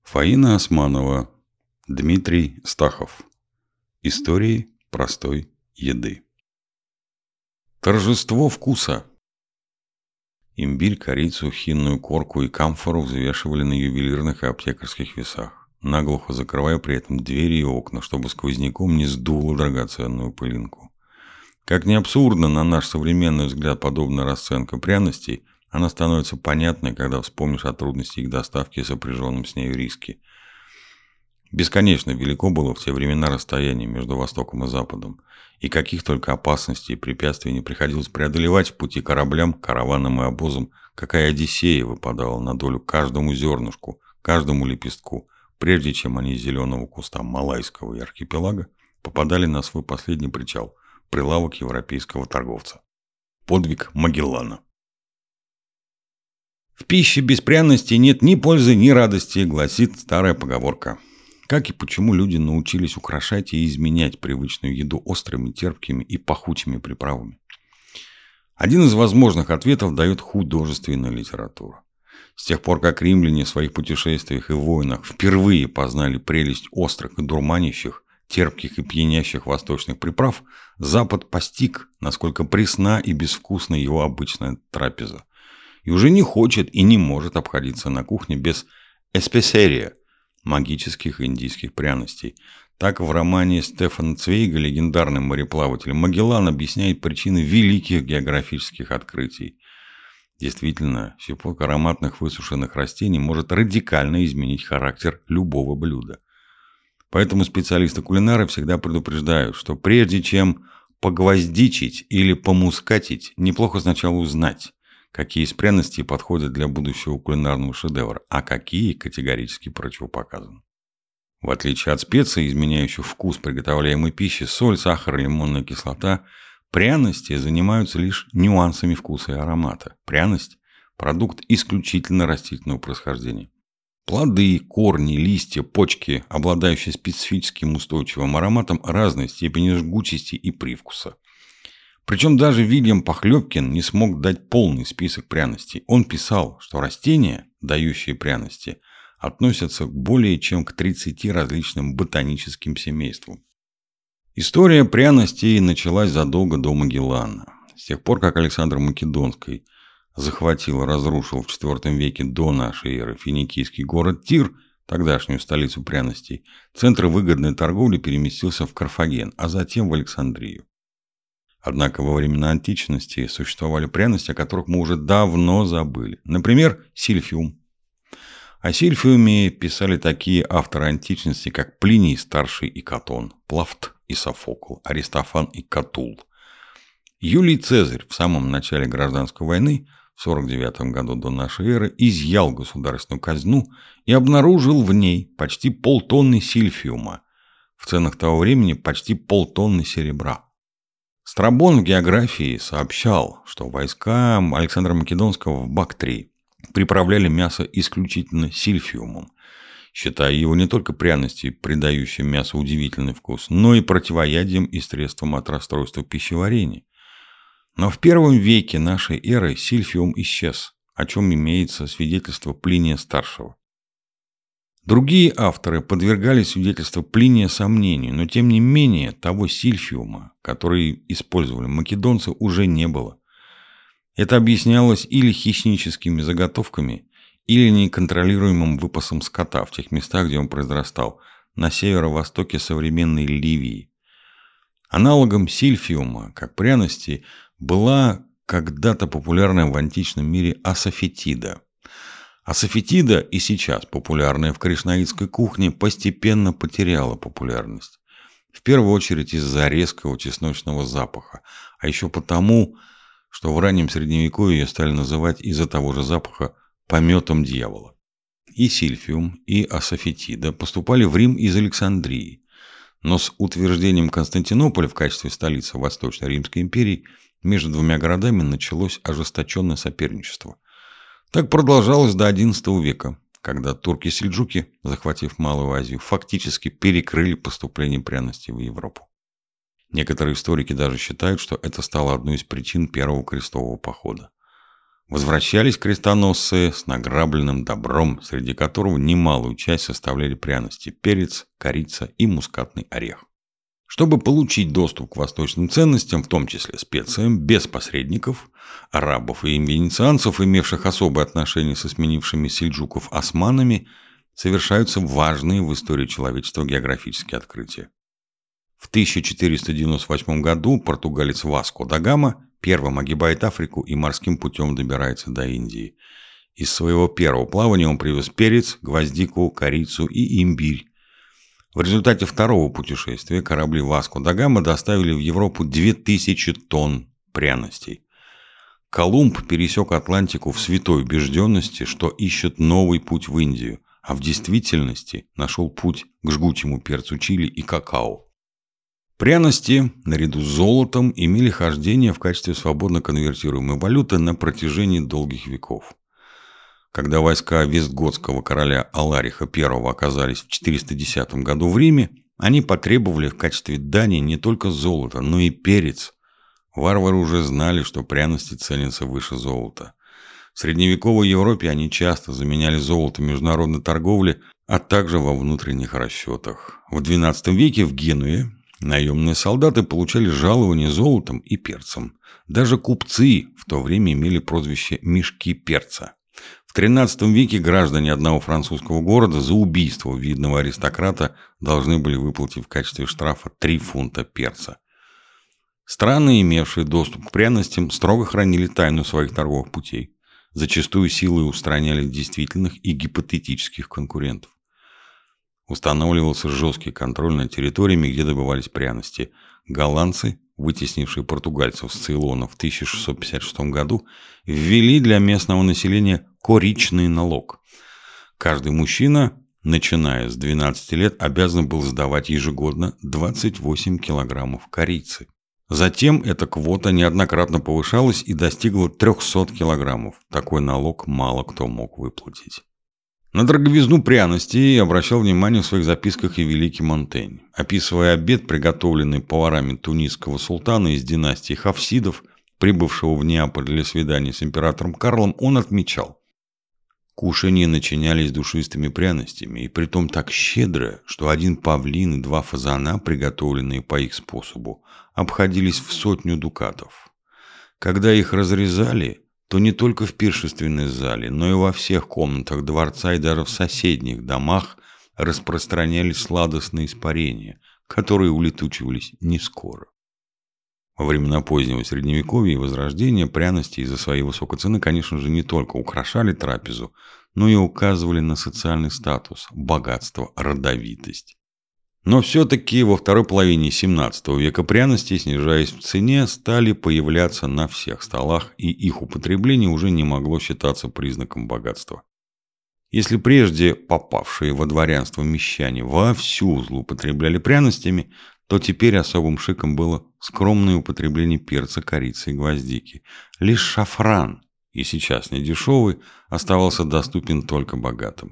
Фаина Османова, Дмитрий Стахов. Истории простой еды. Торжество вкуса. Имбирь, корицу, хинную корку и камфору взвешивали на ювелирных и аптекарских весах, наглухо закрывая при этом двери и окна, чтобы сквозняком не сдуло драгоценную пылинку. Как ни абсурдно, на наш современный взгляд, подобная расценка пряностей, она становится понятной, когда вспомнишь о трудности их доставки и сопряженном с нею риске. Бесконечно велико было в те времена расстояние между Востоком и Западом, и каких только опасностей и препятствий не приходилось преодолевать в пути кораблям, караванам и обозам, какая Одиссея выпадала на долю каждому зернышку, каждому лепестку, прежде чем они из зеленого куста Малайского и архипелага попадали на свой последний причал, прилавок европейского торговца. Подвиг Магеллана. В пище без пряностей нет ни пользы, ни радости, гласит старая поговорка. Как и почему люди научились украшать и изменять привычную еду острыми, терпкими и пахучими приправами? Один из возможных ответов дает художественная литература. С тех пор, как римляне в своих путешествиях и войнах впервые познали прелесть острых и дурманящих, терпких и пьянящих восточных приправ, Запад постиг, насколько пресна и безвкусна его обычная трапеза. И уже не хочет и не может обходиться на кухне без эспесерия, магических индийских пряностей. Так в романе Стефана Цвейга легендарный мореплаватель Магеллан объясняет причины великих географических открытий. Действительно, щепотка ароматных высушенных растений может радикально изменить характер любого блюда. Поэтому специалисты-кулинары всегда предупреждают, что прежде чем погвоздичить или помускатить, неплохо сначала узнать, какие из пряностей подходят для будущего кулинарного шедевра, а какие категорически противопоказаны. В отличие от специй, изменяющих вкус приготовляемой пищи, соль, сахар, лимонная кислота, пряности занимаются лишь нюансами вкуса и аромата. Пряность – продукт исключительно растительного происхождения. Плоды, корни, листья, почки, обладающие специфическим устойчивым ароматом разной степени жгучести и привкуса. Причем даже Вильям Похлебкин не смог дать полный список пряностей. Он писал, что растения, дающие пряности, относятся более чем к 30 различным ботаническим семействам. История пряностей началась задолго до Магеллана. С тех пор, как Александр Македонский захватил и разрушил в IV веке до нашей эры финикийский город Тир, тогдашнюю столицу пряностей, центр выгодной торговли переместился в Карфаген, а затем в Александрию. Однако во времена античности существовали пряности, о которых мы уже давно забыли. Например, сильфиум. О сильфиуме писали такие авторы античности, как Плиний Старший и Катон, Плафт и Софокл, Аристофан и Катул. Юлий Цезарь в самом начале гражданской войны, в 49 году до нашей эры, изъял государственную казну и обнаружил в ней почти полтонны сильфиума, в ценах того времени почти полтонны серебра. Страбон в географии сообщал, что войска Александра Македонского в Бактрии приправляли мясо исключительно сильфиумом, считая его не только пряностью, придающей мясу удивительный вкус, но и противоядием и средством от расстройства пищеварения. Но в I веке нашей эры сильфиум исчез, о чем имеется свидетельство Плиния Старшего. Другие авторы подвергали свидетельство Плиния сомнению, но тем не менее того сильфиума, который использовали македонцы, уже не было. Это объяснялось или хищническими заготовками, или неконтролируемым выпасом скота в тех местах, где он произрастал, на северо-востоке современной Ливии. Аналогом сильфиума, как пряности, была когда-то популярная в античном мире асафетида. Асафетида, и сейчас популярная в кришнаитской кухне, постепенно потеряла популярность. В первую очередь из-за резкого чесночного запаха, а еще потому, что в раннем средневековье ее стали называть из-за того же запаха пометом дьявола. И сильфиум, и асафетида поступали в Рим из Александрии, но с утверждением Константинополя в качестве столицы Восточной Римской империи между двумя городами началось ожесточенное соперничество. Так продолжалось до XI века, когда турки-сельджуки, захватив Малую Азию, фактически перекрыли поступление пряностей в Европу. Некоторые историки даже считают, что это стало одной из причин Первого крестового похода. Возвращались крестоносцы с награбленным добром, среди которого немалую часть составляли пряности: перец, корица и мускатный орех. Чтобы получить доступ к восточным ценностям, в том числе специям, без посредников, арабов и венецианцев, имевших особые отношения со сменившими сельджуков османами, совершаются важные в истории человечества географические открытия. В 1498 году португалец Васко да Гама первым огибает Африку и морским путем добирается до Индии. Из своего первого плавания он привез перец, гвоздику, корицу и имбирь. В результате второго путешествия корабли Васко да Гама доставили в Европу 2000 тонн пряностей. Колумб пересек Атлантику в святой убежденности, что ищет новый путь в Индию, а в действительности нашел путь к жгучему перцу чили и какао. Пряности, наряду с золотом, имели хождение в качестве свободно конвертируемой валюты на протяжении долгих веков. Когда войска вестготского короля Алариха I оказались в 410 году в Риме, они потребовали в качестве дани не только золото, но и перец. Варвары уже знали, что пряности ценятся выше золота. В средневековой Европе они часто заменяли золото в международной торговле, а также во внутренних расчетах. В XII веке в Генуе наемные солдаты получали жалование золотом и перцем. Даже купцы в то время имели прозвище «мешки перца». В XIII веке граждане одного французского города за убийство видного аристократа должны были выплатить в качестве штрафа 3 фунта перца. Страны, имевшие доступ к пряностям, строго хранили тайну своих торговых путей. Зачастую силой устраняли действительных и гипотетических конкурентов. Устанавливался жесткий контроль над территориями, где добывались пряности. Голландцы, вытеснившие португальцев с Цейлона в 1656 году, ввели для местного населения коричный налог. Каждый мужчина, начиная с 12 лет, обязан был сдавать ежегодно 28 килограммов корицы. Затем эта квота неоднократно повышалась и достигла 300 килограммов. Такой налог мало кто мог выплатить. На дороговизну пряностей обращал внимание в своих записках и великий Монтень. Описывая обед, приготовленный поварами тунисского султана из династии Хафсидов, прибывшего в Неаполь для свидания с императором Карлом, он отмечал: кушанья начинялись душистыми пряностями, и притом так щедро, что 1 павлин и 2 фазана, приготовленные по их способу, обходились в 100 дукатов. Когда их разрезали, то не только в пиршественной зале, но и во всех комнатах дворца и даже в соседних домах распространялись сладостные испарения, которые улетучивались не скоро. Во времена позднего Средневековья и Возрождения пряности из-за своей высокой цены, конечно же, не только украшали трапезу, но и указывали на социальный статус, богатство, родовитость. Но все-таки во второй половине XVII века пряности, снижаясь в цене, стали появляться на всех столах, и их употребление уже не могло считаться признаком богатства. Если прежде попавшие во дворянство мещане вовсю злоупотребляли пряностями, то теперь особым шиком было скромное употребление перца, корицы и гвоздики. Лишь шафран, и сейчас недешевый, оставался доступен только богатым.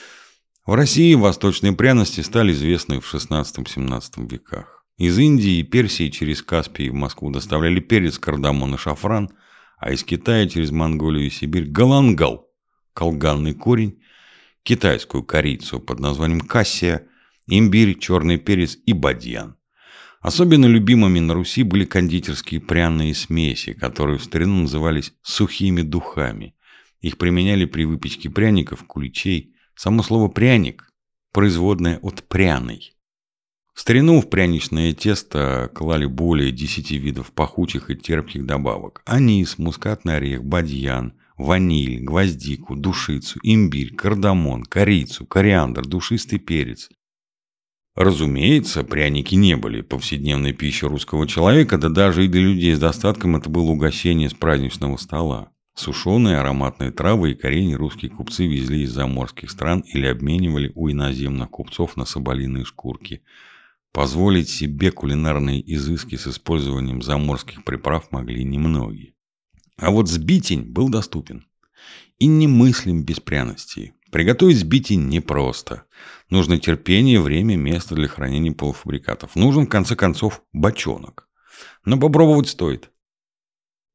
В России восточные пряности стали известны в XVI-XVII веках. Из Индии и Персии через Каспий в Москву доставляли перец, кардамон и шафран, а из Китая через Монголию и Сибирь галангал, колганный корень, китайскую корицу под названием кассия, имбирь, черный перец и бадьян. Особенно любимыми на Руси были кондитерские пряные смеси, которые в старину назывались сухими духами. Их применяли при выпечке пряников, куличей. Само слово «пряник» – производное от «пряный». В старину в пряничное тесто клали более 10 видов пахучих и терпких добавок: анис, мускатный орех, бадьян, ваниль, гвоздику, душицу, имбирь, кардамон, корицу, кориандр, душистый перец. Разумеется, пряники не были повседневной пищей русского человека, да даже и для людей с достатком это было угощение с праздничного стола. Сушеные ароматные травы и корень русские купцы везли из заморских стран или обменивали у иноземных купцов на соболиные шкурки. Позволить себе кулинарные изыски с использованием заморских приправ могли немногие. А вот сбитень был доступен. И немыслим без пряностей. Приготовить сбитень непросто. Нужно терпение, время, место для хранения полуфабрикатов. Нужен, в конце концов, бочонок. Но попробовать стоит.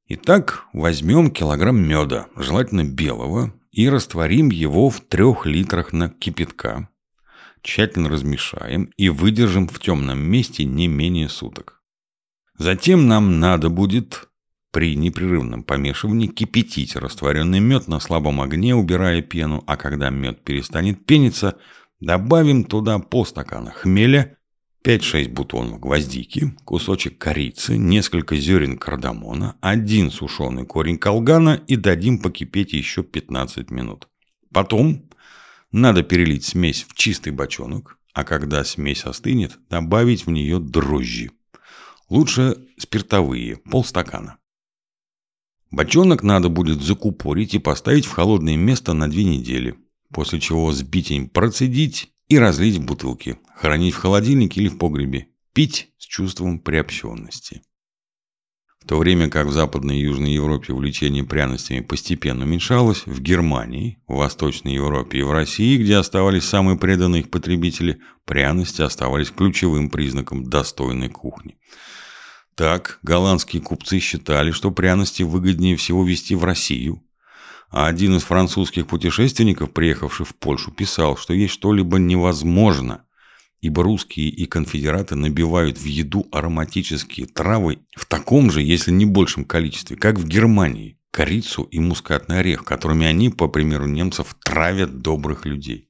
Итак, возьмем килограмм меда, желательно белого, и растворим его в 3 литрах кипятка. Тщательно размешаем и выдержим в темном месте не менее суток. Затем нам надо будет при непрерывном помешивании кипятить растворенный мед на слабом огне, убирая пену, а когда мед перестанет пениться, добавим туда полстакана хмеля, 5-6 бутонов гвоздики, кусочек корицы, несколько зерен кардамона, 1 сушеный корень калгана и дадим покипеть еще 15 минут. Потом надо перелить смесь в чистый бочонок, а когда смесь остынет, добавить в нее дрожжи. Лучше спиртовые, полстакана. Бочонок надо будет закупорить и поставить в холодное место на 2 недели, после чего сбитень процедить и разлить в бутылки, хранить в холодильнике или в погребе, пить с чувством приобщенности. В то время как в Западной и Южной Европе увлечение пряностями постепенно уменьшалось, в Германии, в Восточной Европе и в России, где оставались самые преданные их потребители, пряности оставались ключевым признаком достойной кухни. Так, голландские купцы считали, что пряности выгоднее всего везти в Россию, а один из французских путешественников, приехавший в Польшу, писал, что есть что-либо невозможно, ибо русские и конфедераты набивают в еду ароматические травы в таком же, если не большем количестве, как в Германии, корицу и мускатный орех, которыми они, по примеру немцев, травят добрых людей.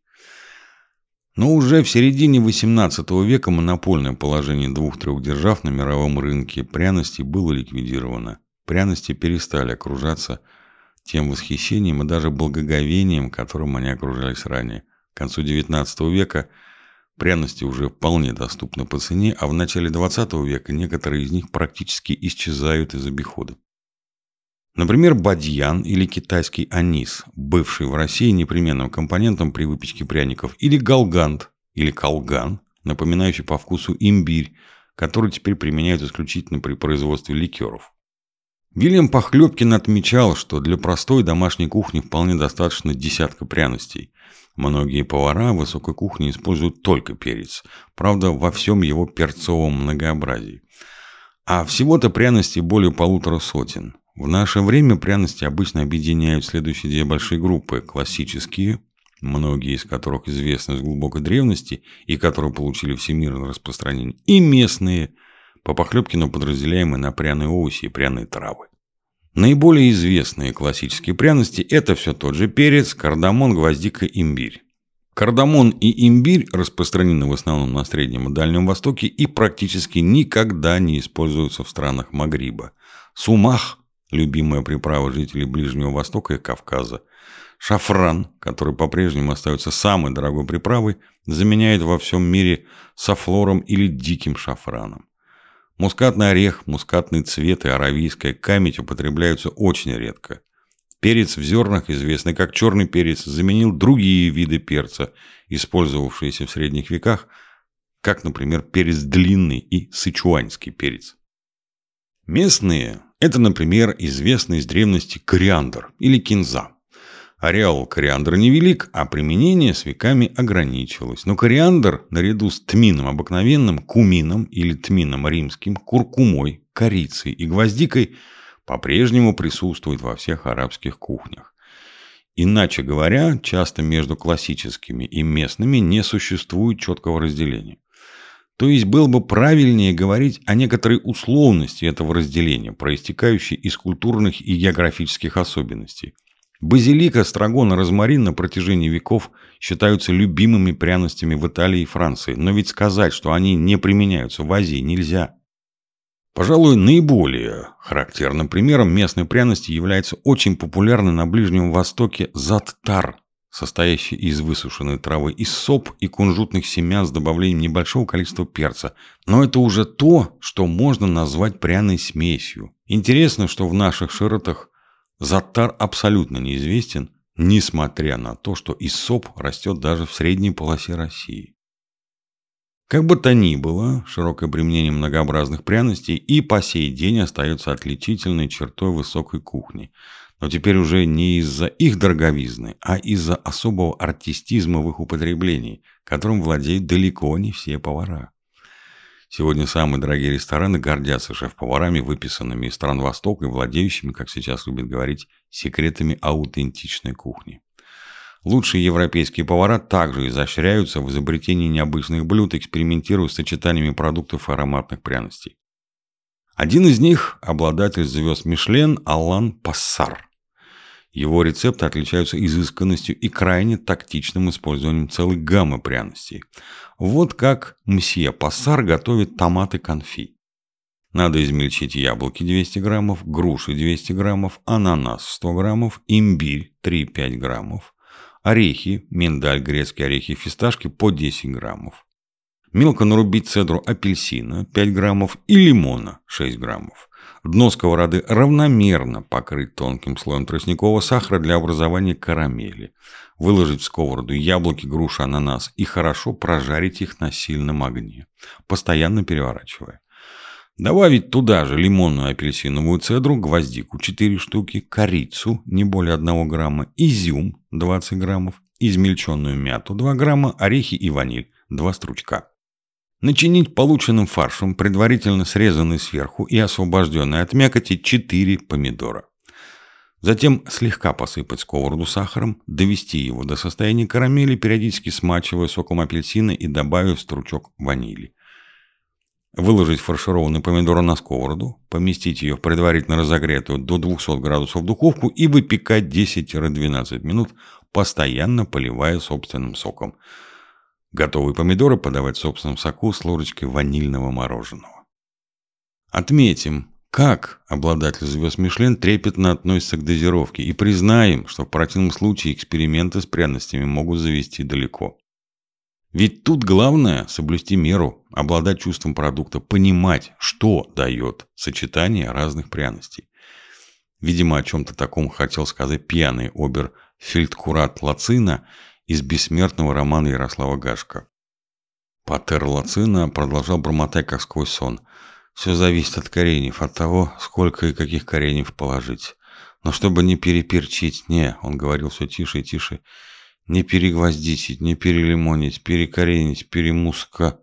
Но уже в середине XVIII века монопольное положение 2-3 держав на мировом рынке пряностей было ликвидировано. Пряности перестали окружаться тем восхищением и даже благоговением, которым они окружались ранее. К концу XIX века пряности уже вполне доступны по цене, а в начале XX века некоторые из них практически исчезают из обихода. Например, бадьян или китайский анис, бывший в России непременным компонентом при выпечке пряников, или галгант или калган, напоминающий по вкусу имбирь, который теперь применяют исключительно при производстве ликеров. Вильям Похлебкин отмечал, что для простой домашней кухни вполне достаточно десятка пряностей. Многие повара в высокой кухне используют только перец, правда, во всем его перцовом многообразии. А всего-то пряностей более 150 сотен. В наше время пряности обычно объединяют следующие 2 большие группы: классические, многие из которых известны с глубокой древности и которые получили всемирное распространение, и местные, по Похлебкину подразделяемые на пряные овощи и пряные травы. Наиболее известные классические пряности – это все тот же перец, кардамон, гвоздика, имбирь. Кардамон и имбирь распространены в основном на Среднем и Дальнем Востоке и практически никогда не используются в странах Магриба. Сумах – любимая приправа жителей Ближнего Востока и Кавказа. Шафран, который по-прежнему остается самой дорогой приправой, заменяет во всем мире софлором или диким шафраном. Мускатный орех, мускатный цвет и аравийская камедь употребляются очень редко. Перец в зернах, известный как черный перец, заменил другие виды перца, использовавшиеся в средних веках, как, например, перец длинный и сычуаньский перец. Местные – это, например, известный из древности кориандр или кинза. Ареал кориандра невелик, а применение с веками ограничилось. Но кориандр, наряду с тмином обыкновенным, кумином или тмином римским, куркумой, корицей и гвоздикой, по-прежнему присутствует во всех арабских кухнях. Иначе говоря, часто между классическими и местными не существует четкого разделения. То есть было бы правильнее говорить о некоторой условности этого разделения, проистекающей из культурных и географических особенностей. Базилик, эстрагон и розмарин на протяжении веков считаются любимыми пряностями в Италии и Франции, но ведь сказать, что они не применяются в Азии, нельзя. Пожалуй, наиболее характерным примером местной пряности является очень популярный на Ближнем Востоке заттар, состоящий из высушенной травы, иссоп и кунжутных семян с добавлением небольшого количества перца. Но это уже то, что можно назвать пряной смесью. Интересно, что в наших широтах заттар абсолютно неизвестен, несмотря на то, что иссоп растет даже в средней полосе России. Как бы то ни было, широкое применение многообразных пряностей и по сей день остается отличительной чертой высокой кухни. Но теперь уже не из-за их дороговизны, а из-за особого артистизма в их употреблении, которым владеют далеко не все повара. Сегодня самые дорогие рестораны гордятся шеф-поварами, выписанными из стран Востока и владеющими, как сейчас любят говорить, секретами аутентичной кухни. Лучшие европейские повара также изощряются в изобретении необычных блюд, экспериментируя с сочетаниями продуктов и ароматных пряностей. Один из них – обладатель звезд Мишлен Алан Пассар. Его рецепты отличаются изысканностью и крайне тактичным использованием целой гаммы пряностей. Вот как мсье Пассар готовит томаты конфи. Надо измельчить яблоки 200 граммов, груши 200 граммов, ананас 100 граммов, имбирь 3-5 граммов, орехи, миндаль, грецкие орехи, фисташки по 10 граммов. Мелко нарубить цедру апельсина 5 граммов и лимона 6 граммов. Дно сковороды равномерно покрыть тонким слоем тростникового сахара для образования карамели. Выложить в сковороду яблоки, груши, ананас и хорошо прожарить их на сильном огне, постоянно переворачивая. Добавить туда же лимонную апельсиновую цедру, гвоздику 4 штуки, корицу не более 1 грамма, изюм 20 граммов, измельченную мяту 2 грамма, орехи и ваниль 2 стручка. Начинить полученным фаршем, предварительно срезанный сверху и освобожденный от мякоти 4 помидора. Затем слегка посыпать сковороду сахаром, довести его до состояния карамели, периодически смачивая соком апельсина и добавив стручок ванили. Выложить фаршированные помидоры на сковороду, поместить ее в предварительно разогретую до 200 градусов духовку и выпекать 10-12 минут, постоянно поливая собственным соком. Готовые помидоры подавать в собственном соку с ложечкой ванильного мороженого. Отметим, как обладатель звезд Мишлен трепетно относится к дозировке, и признаем, что в противном случае эксперименты с пряностями могут завести далеко. Ведь тут главное соблюсти меру, обладать чувством продукта, понимать, что дает сочетание разных пряностей. Видимо, о чем-то таком хотел сказать пьяный обер-фельдкурат Лацина из бессмертного романа Ярослава Гашка. Патер Лацина продолжал бормотать, как сквозь сон. Все зависит от кореньев, от того, сколько и каких кореньев положить. Но чтобы не переперчить, он говорил все тише и тише, не перегвоздичить, не перелимонить, перекоренить, перемуска.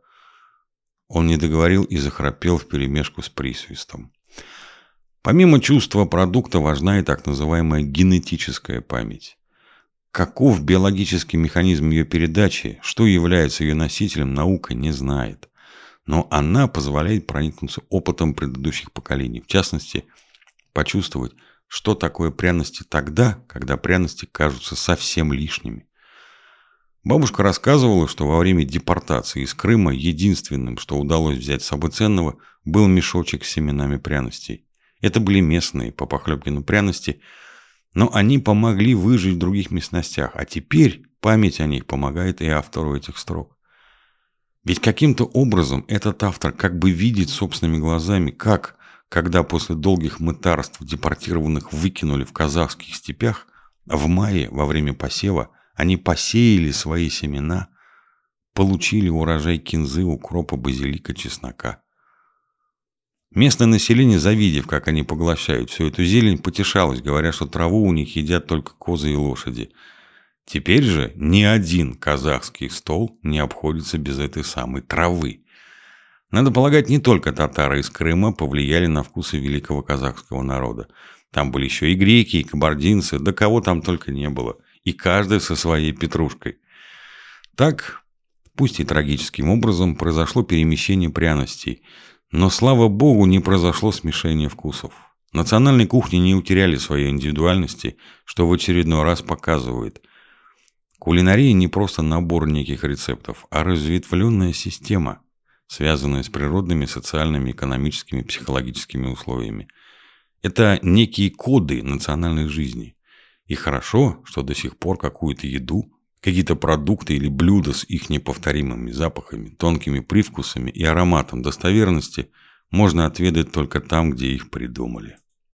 Он не договорил и захрапел вперемешку с присвистом. Помимо чувства продукта важна и так называемая генетическая память. Каков биологический механизм ее передачи, что является ее носителем, наука не знает. Но она позволяет проникнуться опытом предыдущих поколений. В частности, почувствовать, что такое пряности тогда, когда пряности кажутся совсем лишними. Бабушка рассказывала, что во время депортации из Крыма единственным, что удалось взять с собой ценного, был мешочек с семенами пряностей. Это были местные, по Похлебкину, пряности, но они помогли выжить в других местностях, а теперь память о них помогает и автору этих строк. Ведь каким-то образом этот автор как бы видит собственными глазами, как, когда после долгих мытарств депортированных выкинули в казахских степях, в мае во время посева они посеяли свои семена, получили урожай кинзы, укропа, базилика, чеснока. Местное население, завидев, как они поглощают всю эту зелень, потешалось, говоря, что траву у них едят только козы и лошади. Теперь же ни один казахский стол не обходится без этой самой травы. Надо полагать, не только татары из Крыма повлияли на вкусы великого казахского народа. Там были еще и греки, и кабардинцы, да кого там только не было. И каждый со своей петрушкой. Так, пусть и трагическим образом, произошло перемещение пряностей. Но, слава богу, не произошло смешение вкусов. Национальные кухни не утеряли своей индивидуальности, что в очередной раз показывает. Кулинария не просто набор неких рецептов, а разветвленная система, связанная с природными, социальными, экономическими, психологическими условиями. Это некие коды национальной жизни. И хорошо, что до сих пор какую-то еду, какие-то продукты или блюда с их неповторимыми запахами, тонкими привкусами и ароматом достоверности можно отведать только там, где их придумали.